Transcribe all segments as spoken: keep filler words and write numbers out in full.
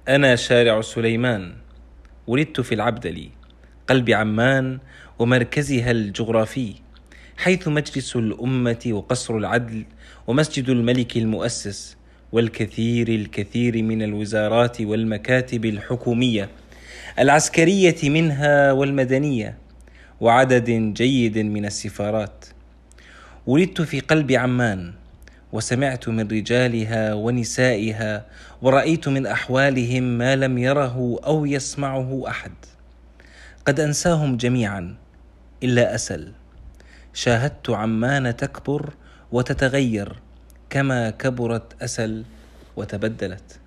أنا شارع سليمان، ولدت في العبدلي، قلب عمان ومركزها الجغرافي، حيث مجلس الأمة وقصر العدل ومسجد الملك المؤسس، والكثير الكثير من الوزارات والمكاتب الحكومية العسكرية منها والمدنية، وعدد جيد من السفارات. ولدت في قلب عمان، وسمعت من رجالها ونسائها، ورأيت من أحوالهم ما لم يره أو يسمعه أحد. قد أنساهم جميعا إلا أسل. شاهدت عمان تكبر وتتغير كما كبرت أسل وتبدلت.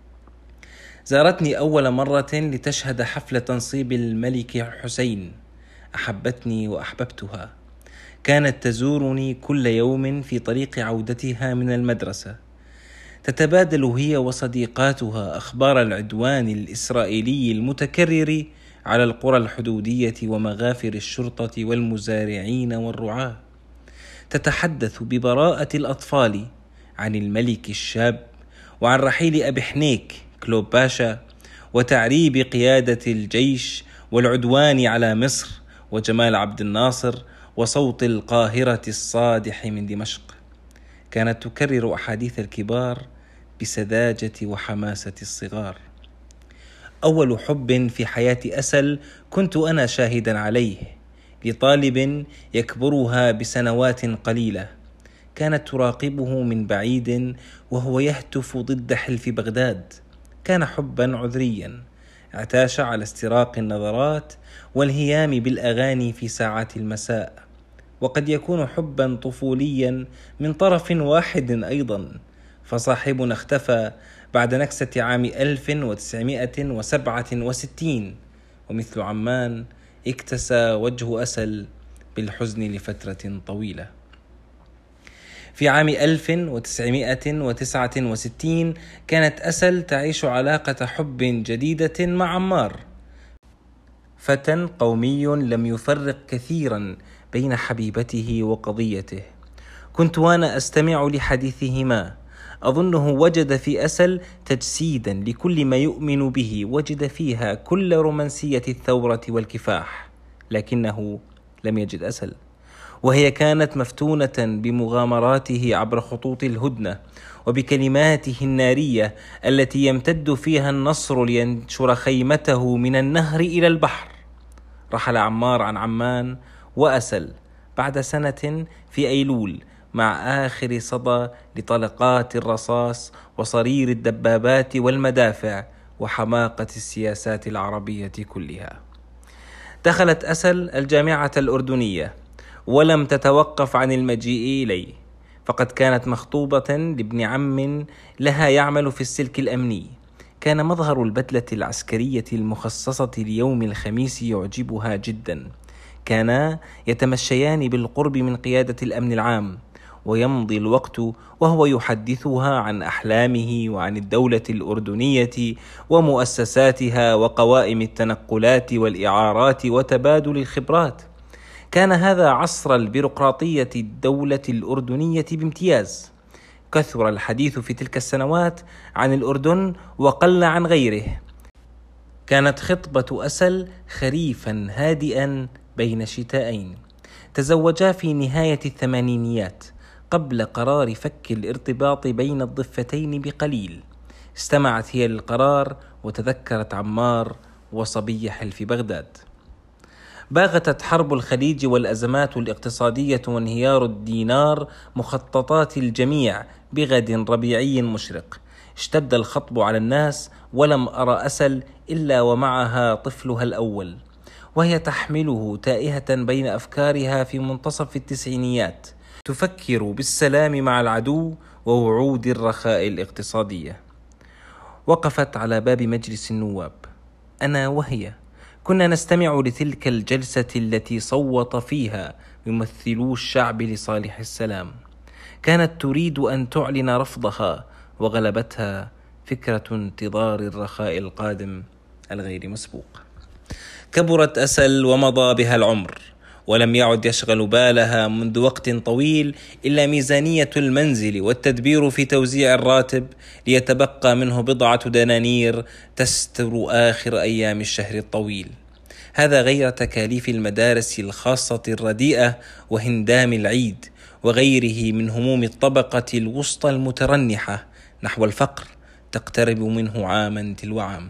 زارتني أول مرة لتشهد حفل تنصيب الملك حسين. أحبتني وأحببتها. كانت تزورني كل يوم في طريق عودتها من المدرسة. تتبادل هي وصديقاتها أخبار العدوان الإسرائيلي المتكرر على القرى الحدودية ومغافر الشرطة والمزارعين والرعاة. تتحدث ببراءة الأطفال عن الملك الشاب، وعن رحيل أبي حنيك كلوب باشا، وتعريب قيادة الجيش والعدوان على مصر، وجمال عبد الناصر، وصوت القاهرة الصادح من دمشق. كانت تكرر أحاديث الكبار بسذاجة وحماسة الصغار. أول حب في حياة أسل كنت أنا شاهدا عليه، لطالب يكبرها بسنوات قليلة. كانت تراقبه من بعيد وهو يهتف ضد حلف بغداد. كان حبا عذريا اعتاش على استراق النظرات والهيام بالأغاني في ساعات المساء، وقد يكون حبا طفوليا من طرف واحد أيضا، فصاحبنا اختفى بعد نكسة عام ألف وتسعمائة وسبعة وستين، ومثل عمان اكتسى وجه أسل بالحزن لفترة طويلة. في عام ألف وتسعمائة وتسعة وستين كانت أسل تعيش علاقة حب جديدة مع عمار، فتى قومي لم يفرق كثيرا بين حبيبته وقضيته. كنت وأنا أستمع لحديثهما أظنه وجد في أسل تجسيدا لكل ما يؤمن به، وجد فيها كل رومانسية الثورة والكفاح، لكنه لم يجد أسل، وهي كانت مفتونة بمغامراته عبر خطوط الهدنة وبكلماته النارية التي يمتد فيها النصر لينشر خيمته من النهر إلى البحر. رحل عمار عن عمان وأسل بعد سنة في أيلول، مع آخر صدى لطلقات الرصاص وصرير الدبابات والمدافع وحماقة السياسات العربية كلها. دخلت أسل الجامعة الأردنية ولم تتوقف عن المجيء إليه، فقد كانت مخطوبة لابن عم لها يعمل في السلك الأمني. كان مظهر البدلة العسكرية المخصصة ليوم الخميس يعجبها جدا. كانا يتمشيان بالقرب من قيادة الأمن العام، ويمضي الوقت وهو يحدثها عن أحلامه وعن الدولة الأردنية ومؤسساتها وقوائم التنقلات والإعارات وتبادل الخبرات. كان هذا عصر البيروقراطية الدولة الأردنية بامتياز. كثر الحديث في تلك السنوات عن الأردن وقل عن غيره. كانت خطبة أسل خريفا هادئا بين شتائين. تزوجا في نهاية الثمانينيات قبل قرار فك الارتباط بين الضفتين بقليل. استمعت هي للقرار وتذكرت عمار وصبي حلف بغداد. باغتت حرب الخليج والأزمات الاقتصادية وانهيار الدينار مخططات الجميع بغد ربيعي مشرق. اشتد الخطب على الناس، ولم أرى أسل إلا ومعها طفلها الأول، وهي تحمله تائهة بين أفكارها في منتصف التسعينيات، تفكر بالسلام مع العدو ووعود الرخاء الاقتصادية. وقفت على باب مجلس النواب، أنا وهي كنا نستمع لتلك الجلسة التي صوت فيها ممثلو الشعب لصالح السلام. كانت تريد أن تعلن رفضها، وغلبتها فكرة انتظار الرخاء القادم الغير مسبوق. كبرت أسل ومضى بها العمر، ولم يعد يشغل بالها منذ وقت طويل إلا ميزانية المنزل والتدبير في توزيع الراتب، ليتبقى منه بضعة دنانير تستر آخر أيام الشهر الطويل. هذا غير تكاليف المدارس الخاصة الرديئة وهندام العيد وغيره من هموم الطبقة الوسطى المترنحة نحو الفقر تقترب منه عاما تلو عام.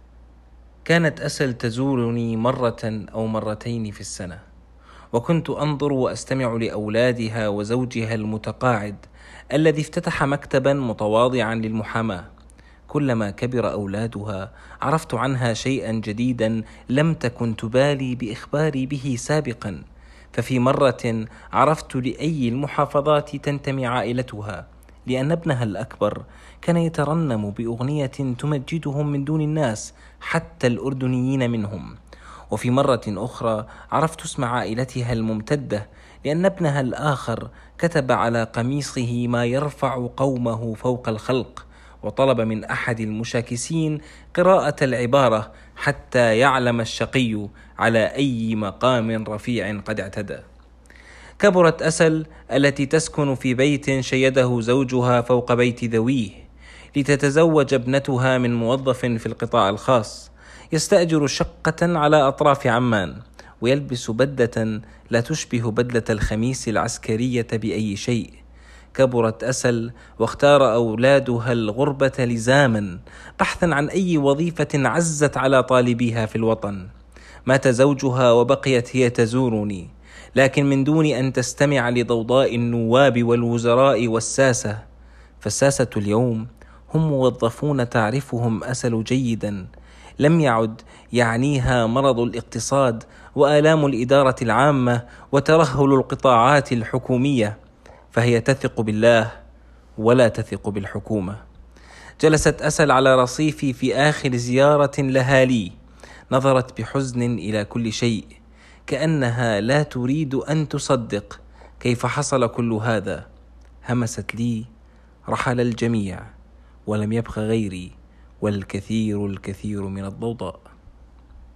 كانت أسل تزورني مرة أو مرتين في السنة، وكنت أنظر وأستمع لأولادها وزوجها المتقاعد الذي افتتح مكتبا متواضعا للمحاماة. كلما كبر أولادها عرفت عنها شيئا جديدا لم تكن تبالي بإخباري به سابقا. ففي مرة عرفت لأي المحافظات تنتمي عائلتها، لأن ابنها الأكبر كان يترنم بأغنية تمجدهم من دون الناس حتى الأردنيين منهم. وفي مرة أخرى عرفت اسم عائلتها الممتدة، لأن ابنها الآخر كتب على قميصه ما يرفع قومه فوق الخلق، وطلب من أحد المشاكسين قراءة العبارة حتى يعلم الشقي على أي مقام رفيع قد اعتدى. كبرت أسل التي تسكن في بيت شيده زوجها فوق بيت ذويه، لتتزوج ابنتها من موظف في القطاع الخاص يستأجر شقة على أطراف عمان، ويلبس بدلة لا تشبه بدلة الخميس العسكرية بأي شيء. كبرت أسل واختار أولادها الغربة لزاما بحثا عن أي وظيفة عزت على طالبيها في الوطن. مات زوجها وبقيت هي تزورني، لكن من دون أن تستمع لضوضاء النواب والوزراء والساسة. فالساسة اليوم هم موظفون تعرفهم أسل جيدا، لم يعد يعنيها مرض الاقتصاد وآلام الإدارة العامة وترهل القطاعات الحكومية، فهي تثق بالله ولا تثق بالحكومة. جلست أسل على رصيفي في آخر زيارة لها لي، نظرت بحزن إلى كل شيء كأنها لا تريد أن تصدق كيف حصل كل هذا. همست لي: رحل الجميع ولم يبق غيري والكثير الكثير من الضوضاء.